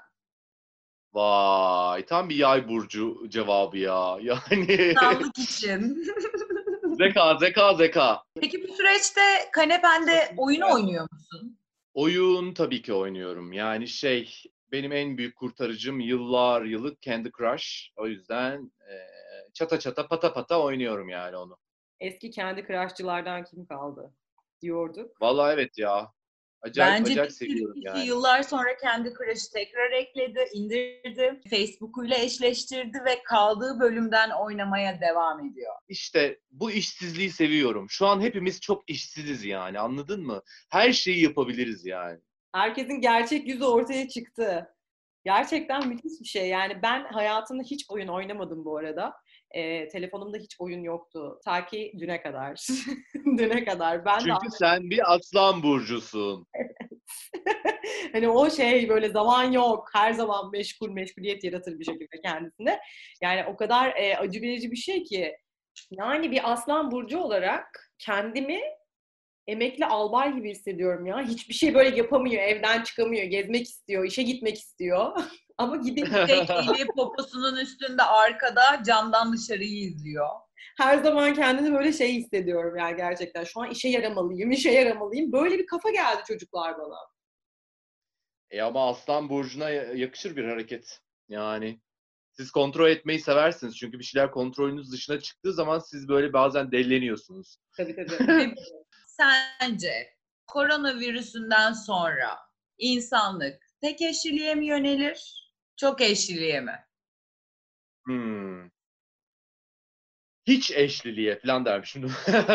[SPEAKER 3] Vay, tam bir yay burcu cevabı ya. Yani
[SPEAKER 1] Sağlık için.
[SPEAKER 3] zeka, zeka, zeka.
[SPEAKER 1] Peki bu süreçte kanepende oyun
[SPEAKER 3] Evet.
[SPEAKER 1] oynuyor musun?
[SPEAKER 3] Oyun tabii ki oynuyorum. Yani şey, benim en büyük kurtarıcım yıllar yıllık Candy Crush. O yüzden çata çata pata pata oynuyorum yani onu.
[SPEAKER 2] Eski kendi crushçılardan kim kaldı diyorduk.
[SPEAKER 3] Vallahi evet ya. Acayip
[SPEAKER 1] Bence
[SPEAKER 3] acayip
[SPEAKER 1] bir sürü
[SPEAKER 3] seviyorum
[SPEAKER 1] kişi
[SPEAKER 3] yani.
[SPEAKER 1] yıllar sonra kendi Crush'ı tekrar ekledi, indirdi, Facebook'uyla eşleştirdi ve kaldığı bölümden oynamaya devam ediyor.
[SPEAKER 3] İşte bu işsizliği seviyorum. Şu an hepimiz çok işsiziz yani, anladın mı? Her şeyi yapabiliriz yani.
[SPEAKER 2] Herkesin gerçek yüzü ortaya çıktı. Gerçekten müthiş bir şey. Yani ben hayatımda hiç oyun oynamadım bu arada. Telefonumda hiç oyun yoktu. Ta ki düne kadar. Düne kadar. Ben de
[SPEAKER 3] Çünkü sen bir aslan burcusun.
[SPEAKER 2] hani o şey, böyle zaman yok. Her zaman meşgul, meşguliyet yaratır bir şekilde kendisine. Yani o kadar acı verici bir şey ki. Yani bir aslan burcu olarak kendimi emekli albay gibi hissediyorum ya. Hiçbir şey böyle yapamıyor, evden çıkamıyor, gezmek istiyor, işe gitmek istiyor. Ama gidip
[SPEAKER 1] Tek eli poposunun üstünde arkada camdan dışarıyı izliyor.
[SPEAKER 2] her zaman kendini böyle şey hissediyorum yani gerçekten. Şu an işe yaramalıyım, işe yaramalıyım. Böyle bir kafa geldi çocuklar bana.
[SPEAKER 3] Ama aslan burcuna yakışır bir hareket. Yani siz kontrol etmeyi seversiniz. Çünkü bir şeyler kontrolünüz dışına çıktığı zaman siz böyle bazen delleniyorsunuz.
[SPEAKER 2] Tabii tabii.
[SPEAKER 1] Ve sence koronavirüsünden sonra insanlık tek eşliliğe mi yönelir, çok eşliliğe mi?
[SPEAKER 3] Hmm. hiç eşliliğe falan dermişim.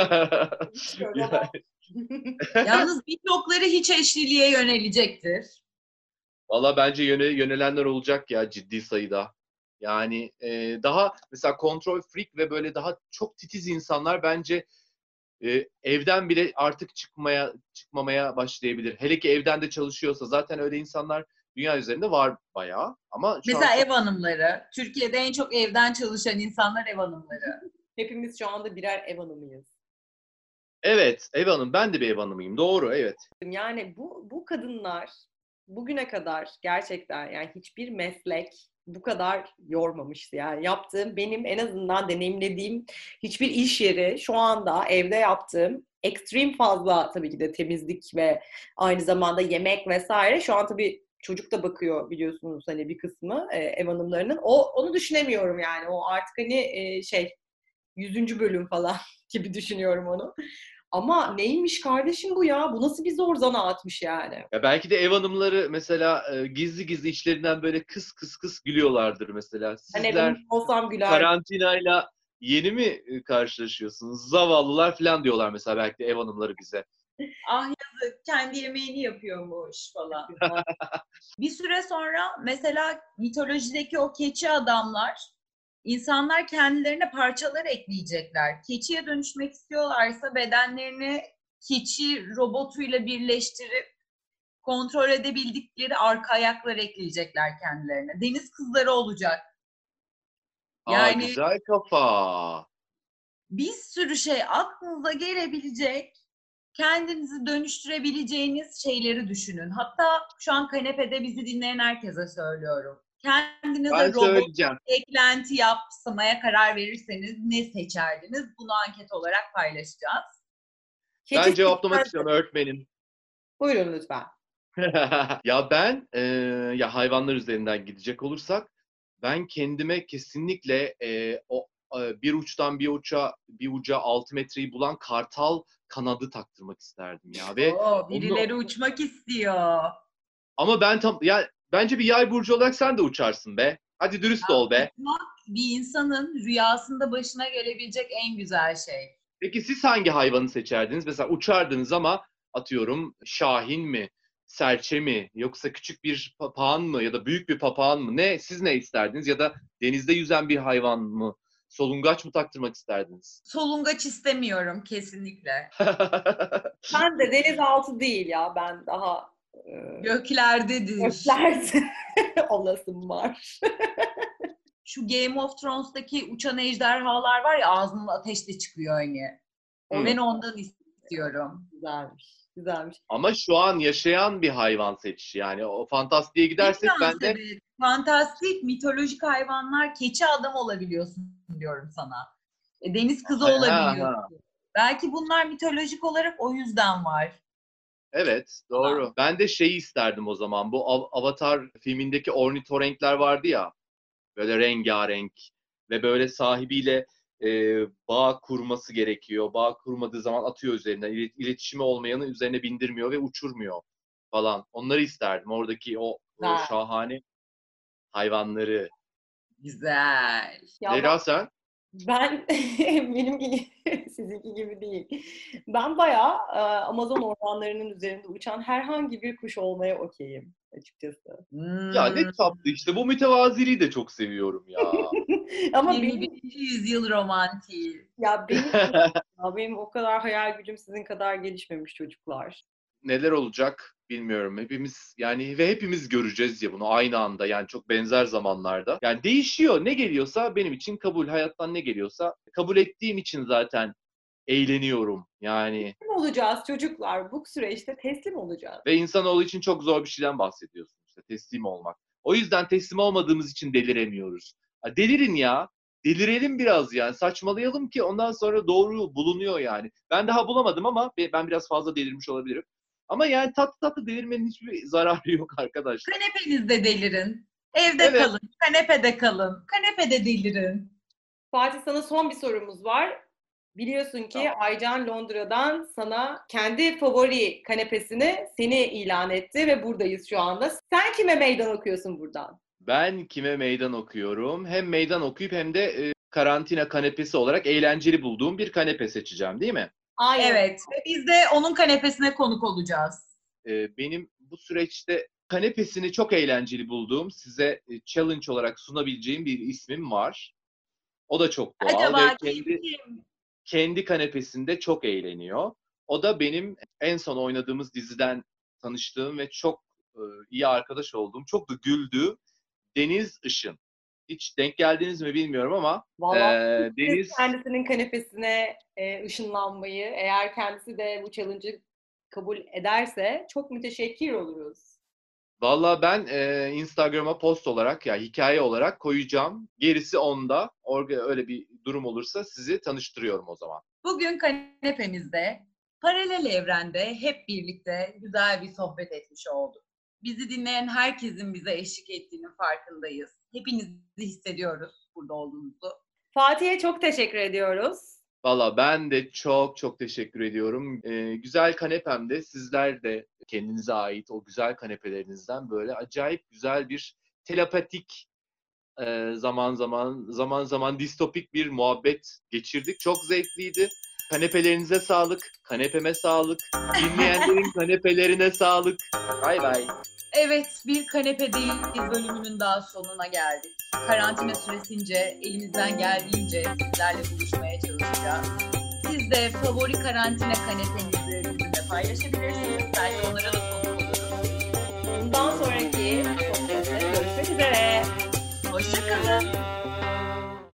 [SPEAKER 3] Yani,
[SPEAKER 1] Yalnız birçokları hiç eşliliğe yönelecektir.
[SPEAKER 3] valla bence yönelenler olacak ya ciddi sayıda. Yani daha mesela kontrol freak ve böyle daha çok titiz insanlar bence evden bile artık çıkmamaya başlayabilir. Hele ki evden de çalışıyorsa zaten öyle insanlar dünya üzerinde var bayağı. Ama şu an
[SPEAKER 1] Mesela
[SPEAKER 3] çok
[SPEAKER 1] ev hanımları. Türkiye'de en çok evden çalışan insanlar ev hanımları.
[SPEAKER 2] Hepimiz şu anda birer ev hanımıyız.
[SPEAKER 3] evet ev hanım ben de bir ev hanımıyım. Doğru evet.
[SPEAKER 2] Yani bu kadınlar bugüne kadar gerçekten yani hiçbir meslek bu kadar yormamıştı. Yani yaptığım benim en azından deneyimlediğim hiçbir iş yeri şu anda evde yaptığım ekstrem fazla tabii ki de temizlik ve aynı zamanda yemek vesaire. Şu an tabii çocuk da bakıyor biliyorsunuz hani bir kısmı ev hanımlarının. Onu düşünemiyorum yani. O artık hani 100. bölüm falan gibi düşünüyorum onu. Ama neymiş kardeşim bu ya? Bu nasıl bir zor zanaatmış yani?
[SPEAKER 3] Ya belki de ev hanımları mesela gizli gizli içlerinden böyle kıs gülüyorlardır mesela.
[SPEAKER 2] Ben ev
[SPEAKER 3] Sizler
[SPEAKER 2] hanımı olsam gülerdim.
[SPEAKER 3] karantinayla yeni mi karşılaşıyorsunuz? Zavallılar falan diyorlar mesela belki de ev hanımları bize.
[SPEAKER 1] Ah yazık, kendi yemeğini yapıyormuş falan. Bir süre sonra mesela mitolojideki o keçi adamlar, insanlar kendilerine parçalar ekleyecekler. Keçiye dönüşmek istiyorlarsa bedenlerini keçi robotuyla birleştirip kontrol edebildikleri arka ayaklar ekleyecekler kendilerine. Deniz kızları olacak.
[SPEAKER 3] Aa
[SPEAKER 1] Yani
[SPEAKER 3] güzel kafa.
[SPEAKER 1] bir sürü şey aklınıza gelebilecek, kendinizi dönüştürebileceğiniz şeyleri düşünün. Hatta şu an kanepede bizi dinleyen herkese söylüyorum. Kendinize
[SPEAKER 3] Ben
[SPEAKER 1] robot
[SPEAKER 3] söyleyeceğim.
[SPEAKER 1] eklenti yapmaya karar verirseniz ne seçerdiniz? Bunu anket olarak paylaşacağız.
[SPEAKER 3] Ben
[SPEAKER 2] Keçi
[SPEAKER 3] cevaplamak
[SPEAKER 2] seçmezdim.
[SPEAKER 3] istiyorum öğretmenim.
[SPEAKER 2] Buyurun lütfen.
[SPEAKER 3] Ya ben ya hayvanlar üzerinden gidecek olursak ben kendime kesinlikle bir uçtan bir uca 6 metreyi bulan kartal kanadı taktırmak isterdim ya ve
[SPEAKER 1] Oo,
[SPEAKER 3] onu
[SPEAKER 1] birileri uçmak istiyor.
[SPEAKER 3] ama ben tam ya bence bir yay burcu olarak sen de uçarsın be. Hadi dürüst ol be.
[SPEAKER 1] Uçmak bir insanın rüyasında başına gelebilecek en güzel şey.
[SPEAKER 3] Peki siz hangi hayvanı seçerdiniz? Mesela uçardınız ama atıyorum şahin mi, serçe mi, yoksa küçük bir papağan mı ya da büyük bir papağan mı? Ne? Siz ne isterdiniz? Ya da denizde yüzen bir hayvan mı? Solungaç mı taktırmak isterdiniz?
[SPEAKER 1] Solungaç istemiyorum kesinlikle.
[SPEAKER 2] Ben de denizaltı değil ya. Ben daha
[SPEAKER 1] Göklerdedir.
[SPEAKER 2] göklerde olasım var.
[SPEAKER 1] Şu Game of Thrones'taki uçan ejderhalar var ya ağzının ateşle çıkıyor hani.
[SPEAKER 3] Hmm.
[SPEAKER 1] Ben ondan istiyorum.
[SPEAKER 2] Güzelmiş. Güzelmiş.
[SPEAKER 3] Ama şu an yaşayan bir hayvan seç. Yani o fantastiğe
[SPEAKER 1] Ne
[SPEAKER 3] gidersek ben de
[SPEAKER 1] münasebet. Fantastik, mitolojik hayvanlar keçi adam olabiliyorsun diyorum sana. Deniz kızı
[SPEAKER 3] ha, ha.
[SPEAKER 1] olabiliyorsun. Belki bunlar mitolojik olarak o yüzden var.
[SPEAKER 3] Evet,
[SPEAKER 1] Falan.
[SPEAKER 3] doğru. Ben de şeyi isterdim o zaman. Bu Avatar filmindeki ornitorenkler vardı ya. Böyle rengarenk ve böyle sahibiyle e, bağ kurması gerekiyor. Bağ kurmadığı zaman atıyor üzerinden. İletişimi olmayanı üzerine bindirmiyor ve uçurmuyor falan. Onları isterdim. Oradaki o
[SPEAKER 2] Güzel.
[SPEAKER 3] şahane hayvanları.
[SPEAKER 1] Güzel.
[SPEAKER 2] Ya
[SPEAKER 3] Zehra sen?
[SPEAKER 2] ben benimki sizinki gibi değil. Ben bayağı Amazon ormanlarının üzerinde uçan herhangi bir kuş olmaya okeyim açıkçası.
[SPEAKER 3] Ya ne
[SPEAKER 1] Hmm,
[SPEAKER 3] tatlı işte. Bu mütevaziliği de çok seviyorum ya.
[SPEAKER 2] Ama benim
[SPEAKER 1] 21. yüzyıl romantiği.
[SPEAKER 2] ya benim benim o kadar hayal gücüm sizin kadar gelişmemiş çocuklar.
[SPEAKER 3] Neler olacak bilmiyorum. Hepimiz yani ve hepimiz göreceğiz ya bunu aynı anda yani çok benzer zamanlarda. Yani değişiyor. Ne geliyorsa benim için kabul. Hayattan ne geliyorsa kabul ettiğim için zaten eğleniyorum. Yani
[SPEAKER 2] Teslim olacağız çocuklar. Bu süreçte teslim olacağız.
[SPEAKER 3] ve insanoğlu için çok zor bir şeyden bahsediyorsun işte teslim olmak. O yüzden teslim olmadığımız için deliremiyoruz. Ha, delirin ya. Delirelim biraz yani. Saçmalayalım ki ondan sonra doğru bulunuyor yani. Ben daha bulamadım ama ben biraz fazla delirmiş olabilirim. Ama yani tatlı tatlı delirmenin hiçbir zararı yok arkadaşlar.
[SPEAKER 1] Kanepenizde delirin. Evde
[SPEAKER 3] Evet.
[SPEAKER 1] kalın. Kanepede kalın. Kanepede delirin.
[SPEAKER 2] Fatih sana son bir sorumuz var. Biliyorsun ki
[SPEAKER 3] Tamam.
[SPEAKER 2] Aycan Londra'dan sana kendi favori kanepesini seni ilan etti ve buradayız şu anda. Sen kime meydan okuyorsun buradan?
[SPEAKER 3] Ben kime meydan okuyorum? Hem meydan okuyup hem de karantina kanepesi olarak eğlenceli bulduğum bir kanepe seçeceğim, değil mi?
[SPEAKER 2] Aynen.
[SPEAKER 1] Evet. Ve biz de onun kanepesine konuk olacağız.
[SPEAKER 3] Benim bu süreçte kanepesini çok eğlenceli bulduğum, size challenge olarak sunabileceğim bir ismim var. O da çok doğal
[SPEAKER 1] Acaba
[SPEAKER 3] ve
[SPEAKER 1] kim?
[SPEAKER 3] kendi kanepesinde çok eğleniyor. O da benim en son oynadığımız diziden tanıştığım ve çok iyi arkadaş olduğum, çok da güldüğüm Deniz Işın. Hiç denk geldiniz mi bilmiyorum ama
[SPEAKER 2] Vallahi
[SPEAKER 3] Deniz...
[SPEAKER 2] kendisinin kanepesine ışınlanmayı, eğer kendisi de bu challenge'ı kabul ederse çok müteşekkir oluruz.
[SPEAKER 3] Valla ben Instagram'a post olarak, ya hikaye olarak koyacağım. Gerisi onda. Öyle bir durum olursa sizi tanıştırıyorum o zaman.
[SPEAKER 1] Bugün kanepemizde paralel evrende hep birlikte güzel bir sohbet etmiş olduk. Bizi dinleyen herkesin bize eşlik ettiğinin farkındayız. Hepinizi hissediyoruz burada olduğunuzu.
[SPEAKER 2] Fatih'e çok teşekkür ediyoruz.
[SPEAKER 3] Valla ben de çok çok teşekkür ediyorum. Güzel kanepemde sizler de kendinize ait o güzel kanepelerinizden böyle acayip güzel bir telepatik, zaman zaman distopik bir muhabbet geçirdik. Çok zevkliydi. Kanepelerinize sağlık, kanepeme sağlık, dinleyenlerin kanepelerine sağlık. Bay bay.
[SPEAKER 1] Evet, bir kanepe değil bölümünün daha sonuna geldik. Karantina süresince elimizden geldiğince sizlerle buluşmaya çalışacağız. Siz de favori karantina kanepenizi bizimle paylaşabilirsiniz. Belki onlara da